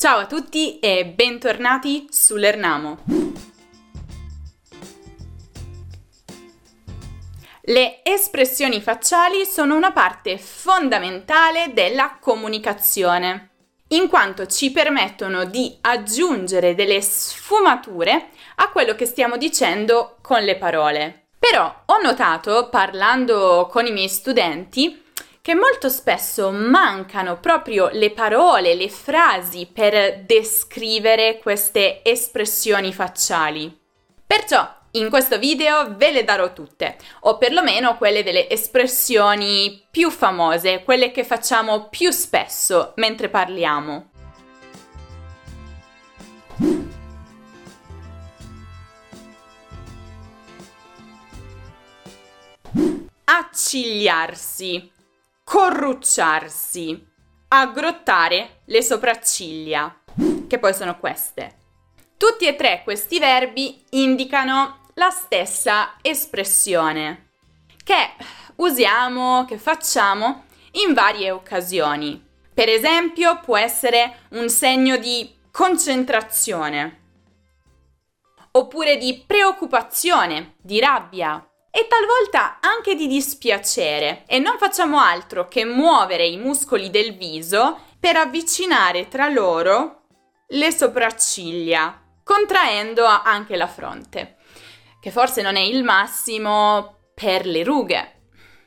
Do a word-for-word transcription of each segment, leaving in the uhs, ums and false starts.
Ciao a tutti e bentornati su Lernamo. Le espressioni facciali sono una parte fondamentale della comunicazione, in quanto ci permettono di aggiungere delle sfumature a quello che stiamo dicendo con le parole. Però ho notato, parlando con i miei studenti, che molto spesso mancano proprio le parole, le frasi per descrivere queste espressioni facciali. Perciò in questo video ve le darò tutte, o perlomeno quelle delle espressioni più famose, quelle che facciamo più spesso mentre parliamo. Accigliarsi, corrucciarsi, aggrottare le sopracciglia, che poi sono queste. Tutti e tre questi verbi indicano la stessa espressione, che usiamo, che facciamo in varie occasioni. Per esempio, può essere un segno di concentrazione, oppure di preoccupazione, di rabbia, e talvolta anche di dispiacere, e non facciamo altro che muovere i muscoli del viso per avvicinare tra loro le sopracciglia, contraendo anche la fronte, che forse non è il massimo per le rughe.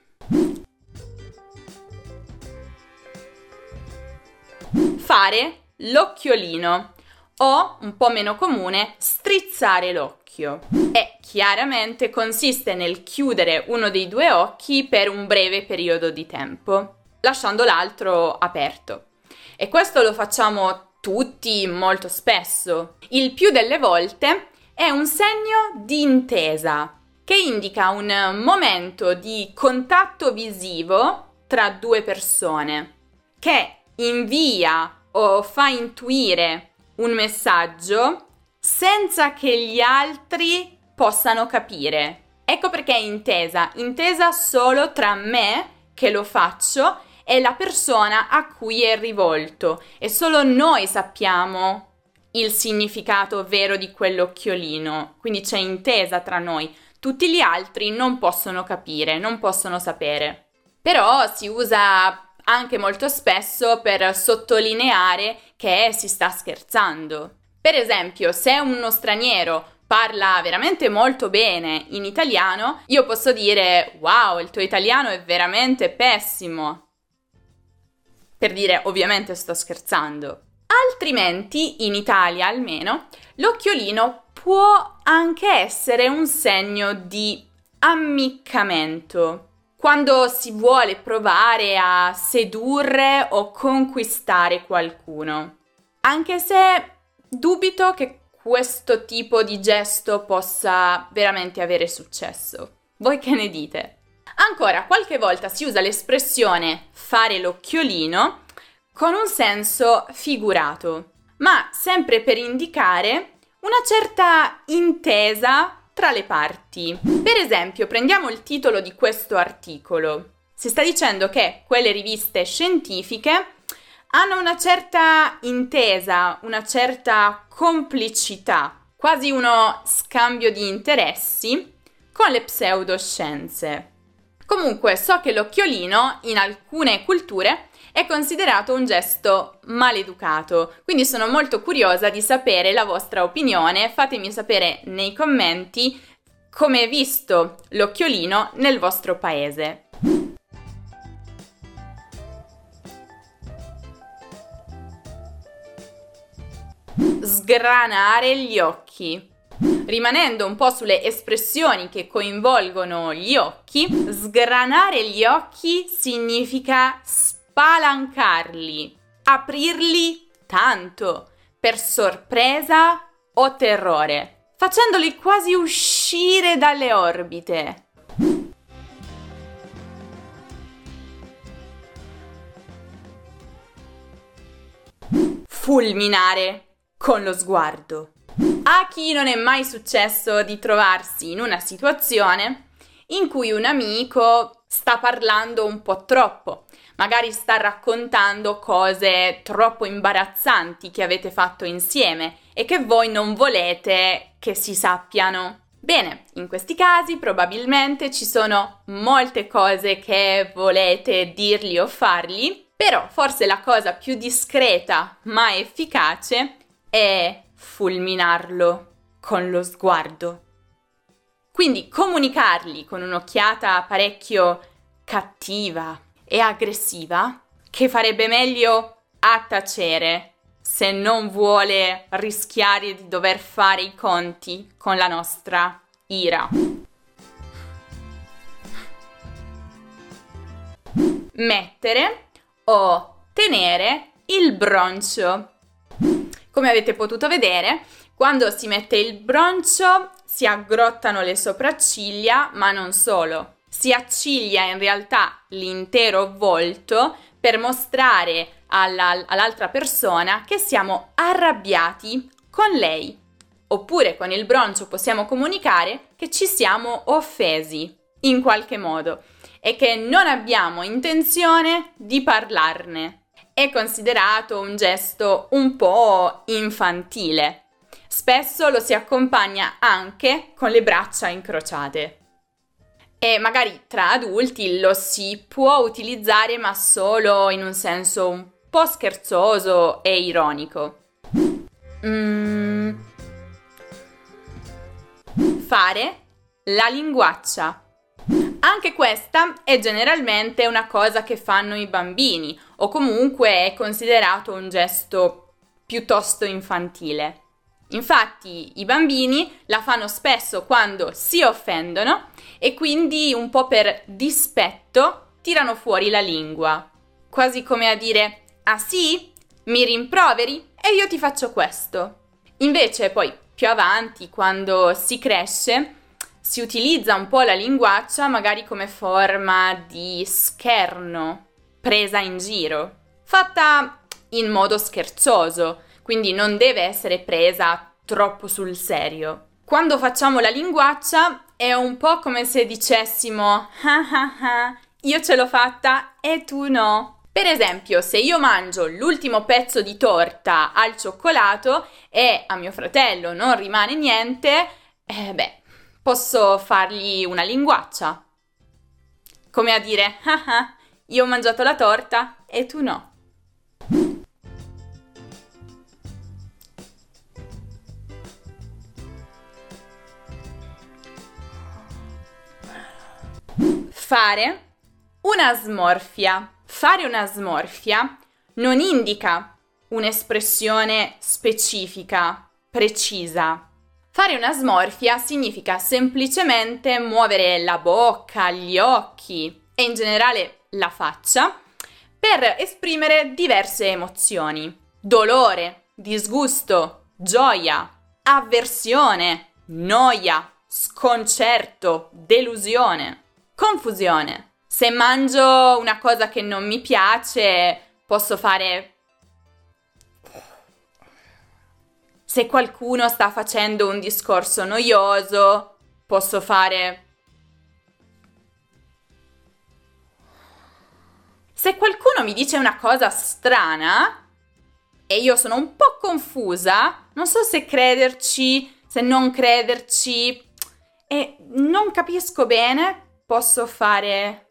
Fare l'occhiolino, o, un po' meno comune, strizzare l'occhio. E chiaramente consiste nel chiudere uno dei due occhi per un breve periodo di tempo, lasciando l'altro aperto. E questo lo facciamo tutti molto spesso. Il più delle volte è un segno di intesa, che indica un momento di contatto visivo tra due persone, che invia o fa intuire un messaggio senza che gli altri possano capire. Ecco perché è intesa, intesa solo tra me, che lo faccio, e la persona a cui è rivolto, e solo noi sappiamo il significato vero di quell'occhiolino, quindi c'è intesa tra noi. Tutti gli altri non possono capire, non possono sapere. Però si usa anche molto spesso per sottolineare che si sta scherzando. Per esempio, se uno straniero parla veramente molto bene in italiano, io posso dire: wow, il tuo italiano è veramente pessimo. Per dire, ovviamente sto scherzando. Altrimenti, in Italia almeno, l'occhiolino può anche essere un segno di ammiccamento, quando si vuole provare a sedurre o conquistare qualcuno. Anche se dubito che questo tipo di gesto possa veramente avere successo. Voi che ne dite? Ancora, qualche volta si usa l'espressione fare l'occhiolino con un senso figurato, ma sempre per indicare una certa intesa tra le parti. Per esempio, prendiamo il titolo di questo articolo. Si sta dicendo che quelle riviste scientifiche hanno una certa intesa, una certa complicità, quasi uno scambio di interessi con le pseudoscienze. Comunque, so che l'occhiolino in alcune culture è considerato un gesto maleducato, quindi sono molto curiosa di sapere la vostra opinione. Fatemi sapere nei commenti come è visto l'occhiolino nel vostro paese. Sgranare gli occhi. Rimanendo un po' sulle espressioni che coinvolgono gli occhi, sgranare gli occhi significa spalancarli, aprirli tanto, per sorpresa o terrore, facendoli quasi uscire dalle orbite. Fulminare con lo sguardo. A chi non è mai successo di trovarsi in una situazione in cui un amico sta parlando un po' troppo, magari sta raccontando cose troppo imbarazzanti che avete fatto insieme e che voi non volete che si sappiano. Bene, in questi casi probabilmente ci sono molte cose che volete dirgli o fargli, però forse la cosa più discreta ma efficace è fulminarlo con lo sguardo. Quindi comunicargli con un'occhiata parecchio cattiva e aggressiva, che farebbe meglio a tacere se non vuole rischiare di dover fare i conti con la nostra ira. Mettere o tenere il broncio. Come avete potuto vedere, quando si mette il broncio si aggrottano le sopracciglia, ma non solo. Si acciglia in realtà l'intero volto per mostrare alla, all'altra persona che siamo arrabbiati con lei. Oppure con il broncio possiamo comunicare che ci siamo offesi in qualche modo e che non abbiamo intenzione di parlarne. È considerato un gesto un po' infantile. Spesso lo si accompagna anche con le braccia incrociate. E magari tra adulti lo si può utilizzare, ma solo in un senso un po' scherzoso e ironico. Mm. Fare la linguaccia. Anche questa è generalmente una cosa che fanno i bambini, o comunque è considerato un gesto piuttosto infantile. Infatti i bambini la fanno spesso quando si offendono e quindi un po' per dispetto tirano fuori la lingua, quasi come a dire: ah sì? Mi rimproveri? E io ti faccio questo. Invece poi più avanti, quando si cresce, si utilizza un po' la linguaccia magari come forma di scherno, presa in giro, fatta in modo scherzoso, quindi non deve essere presa troppo sul serio. Quando facciamo la linguaccia è un po' come se dicessimo ah ah ah, io ce l'ho fatta e tu no. Per esempio, se io mangio l'ultimo pezzo di torta al cioccolato e a mio fratello non rimane niente, eh beh, posso fargli una linguaccia. Come a dire ah ah, io ho mangiato la torta e tu no. Fare una smorfia. Fare una smorfia non indica un'espressione specifica, precisa. Fare una smorfia significa semplicemente muovere la bocca, gli occhi e in generale la faccia per esprimere diverse emozioni: dolore, disgusto, gioia, avversione, noia, sconcerto, delusione, confusione. Se mangio una cosa che non mi piace, posso fare... Se qualcuno sta facendo un discorso noioso, posso fare... Se qualcuno mi dice una cosa strana e io sono un po' confusa, non so se crederci, se non crederci, e non capisco bene, posso fare...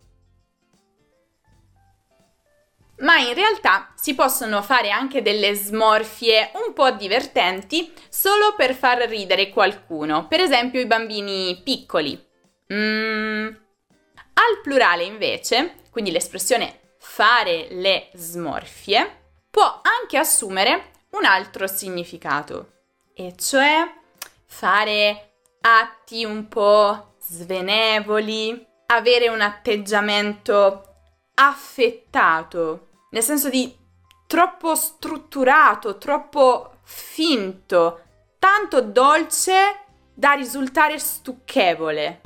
Ma in realtà si possono fare anche delle smorfie un po' divertenti solo per far ridere qualcuno, per esempio i bambini piccoli. Mm. Al plurale invece, quindi l'espressione fare le smorfie, può anche assumere un altro significato, e cioè fare atti un po' svenevoli, avere un atteggiamento affettato, nel senso di troppo strutturato, troppo finto, tanto dolce da risultare stucchevole.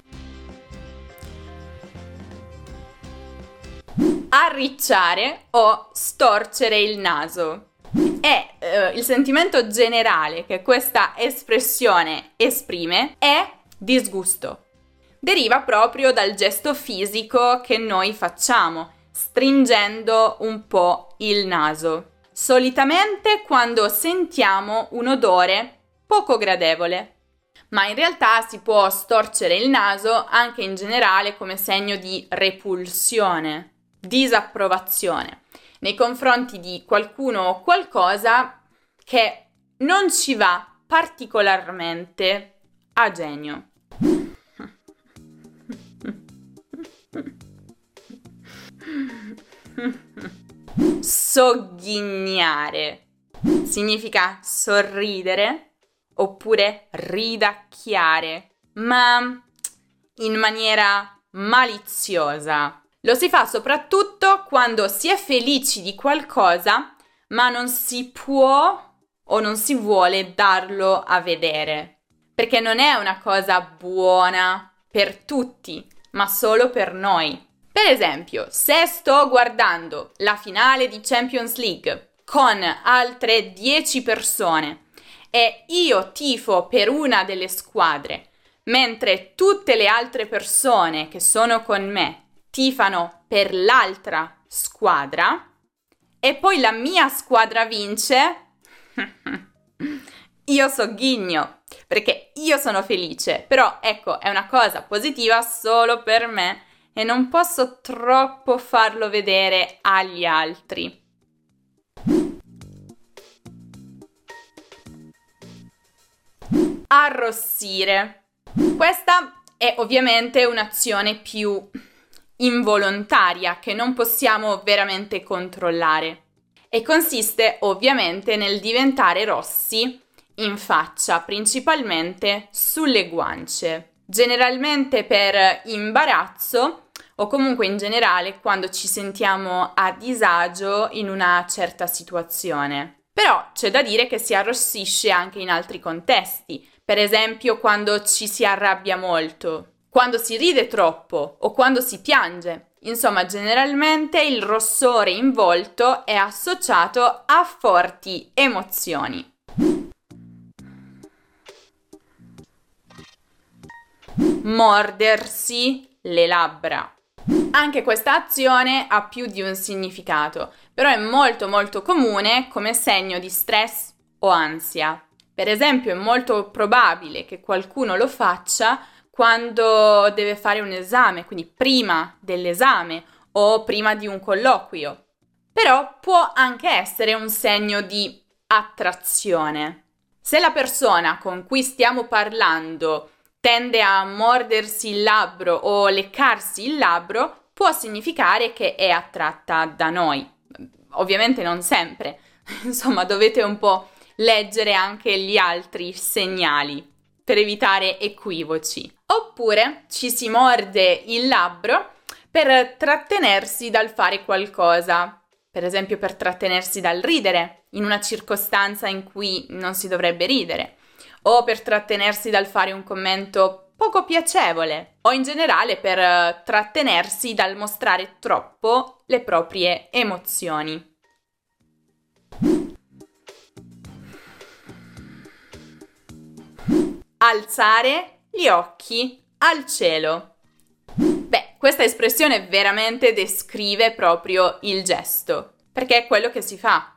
Arricciare o storcere il naso. E eh, il sentimento generale che questa espressione esprime è disgusto. Deriva proprio dal gesto fisico che noi facciamo. stringendo un po' il naso, solitamente quando sentiamo un odore poco gradevole. Ma in realtà si può storcere il naso anche in generale come segno di repulsione, disapprovazione nei confronti di qualcuno o qualcosa che non ci va particolarmente a genio. Sogghignare significa sorridere oppure ridacchiare, ma in maniera maliziosa. Lo si fa soprattutto quando si è felici di qualcosa, ma non si può o non si vuole darlo a vedere, perché non è una cosa buona per tutti, ma solo per noi. Per esempio, se sto guardando la finale di Champions League con altre dieci persone e io tifo per una delle squadre, mentre tutte le altre persone che sono con me tifano per l'altra squadra e poi la mia squadra vince, io sogghigno perché io sono felice, però ecco, è una cosa positiva solo per me e non posso troppo farlo vedere agli altri. Arrossire. Questa è ovviamente un'azione più involontaria che non possiamo veramente controllare e consiste ovviamente nel diventare rossi in faccia, principalmente sulle guance, generalmente per imbarazzo o comunque in generale quando ci sentiamo a disagio in una certa situazione. Però c'è da dire che si arrossisce anche in altri contesti, per esempio quando ci si arrabbia molto, quando si ride troppo o quando si piange. Insomma, generalmente il rossore in volto è associato a forti emozioni. Mordersi le labbra. Anche questa azione ha più di un significato, però è molto molto comune come segno di stress o ansia. Per esempio, è molto probabile che qualcuno lo faccia quando deve fare un esame, quindi prima dell'esame o prima di un colloquio. Però può anche essere un segno di attrazione. Se la persona con cui stiamo parlando tende a mordersi il labbro o leccarsi il labbro, può significare che è attratta da noi. Ovviamente non sempre, insomma dovete un po' leggere anche gli altri segnali per evitare equivoci. Oppure ci si morde il labbro per trattenersi dal fare qualcosa, per esempio per trattenersi dal ridere in una circostanza in cui non si dovrebbe ridere, o per trattenersi dal fare un commento poco piacevole, o in generale per uh, trattenersi dal mostrare troppo le proprie emozioni. Alzare gli occhi al cielo. Beh, questa espressione veramente descrive proprio il gesto, perché è quello che si fa.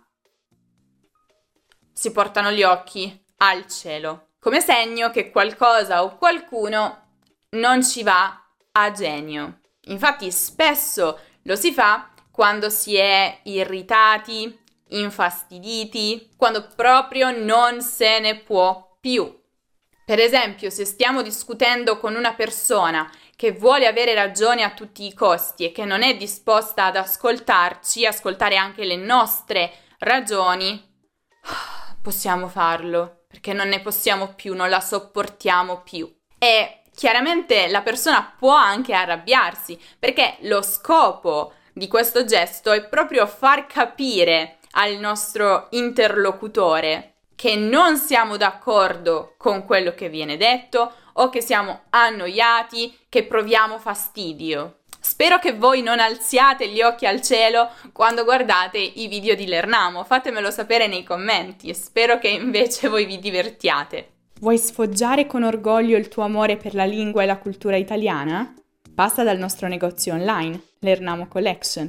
Si portano gli occhi al cielo, come segno che qualcosa o qualcuno non ci va a genio. Infatti spesso lo si fa quando si è irritati, infastiditi, quando proprio non se ne può più. Per esempio, se stiamo discutendo con una persona che vuole avere ragione a tutti i costi e che non è disposta ad ascoltarci, ascoltare anche le nostre ragioni, possiamo farlo, perché non ne possiamo più, non la sopportiamo più. E chiaramente la persona può anche arrabbiarsi, perché lo scopo di questo gesto è proprio far capire al nostro interlocutore che non siamo d'accordo con quello che viene detto o che siamo annoiati, che proviamo fastidio. Spero che voi non alziate gli occhi al cielo quando guardate i video di Lernamo, fatemelo sapere nei commenti e spero che invece voi vi divertiate. Vuoi sfoggiare con orgoglio il tuo amore per la lingua e la cultura italiana? Passa dal nostro negozio online, Lernamo Collection,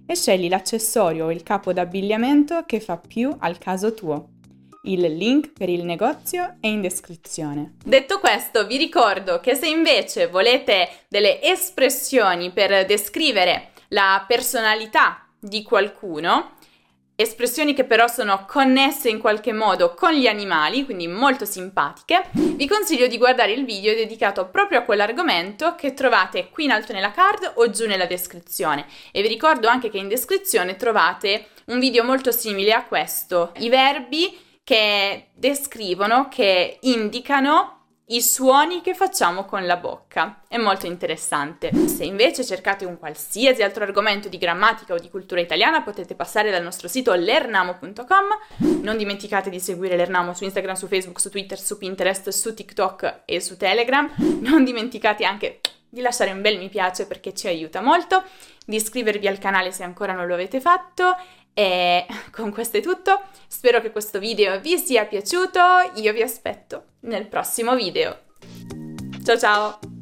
e scegli l'accessorio o il capo d'abbigliamento che fa più al caso tuo. Il link per il negozio è in descrizione. Detto questo, vi ricordo che se invece volete delle espressioni per descrivere la personalità di qualcuno, espressioni che però sono connesse in qualche modo con gli animali, quindi molto simpatiche, vi consiglio di guardare il video dedicato proprio a quell'argomento che trovate qui in alto nella card o giù nella descrizione. E vi ricordo anche che in descrizione trovate un video molto simile a questo, i verbi che descrivono, che indicano i suoni che facciamo con la bocca. È molto interessante. Se invece cercate un qualsiasi altro argomento di grammatica o di cultura italiana, potete passare dal nostro sito lernamo punto com. Non dimenticate di seguire Lernamo su Instagram, su Facebook, su Twitter, su Pinterest, su TikTok e su Telegram. Non dimenticate anche di lasciare un bel mi piace perché ci aiuta molto, di iscrivervi al canale se ancora non lo avete fatto. E con questo è tutto, spero che questo video vi sia piaciuto, io vi aspetto nel prossimo video. Ciao ciao!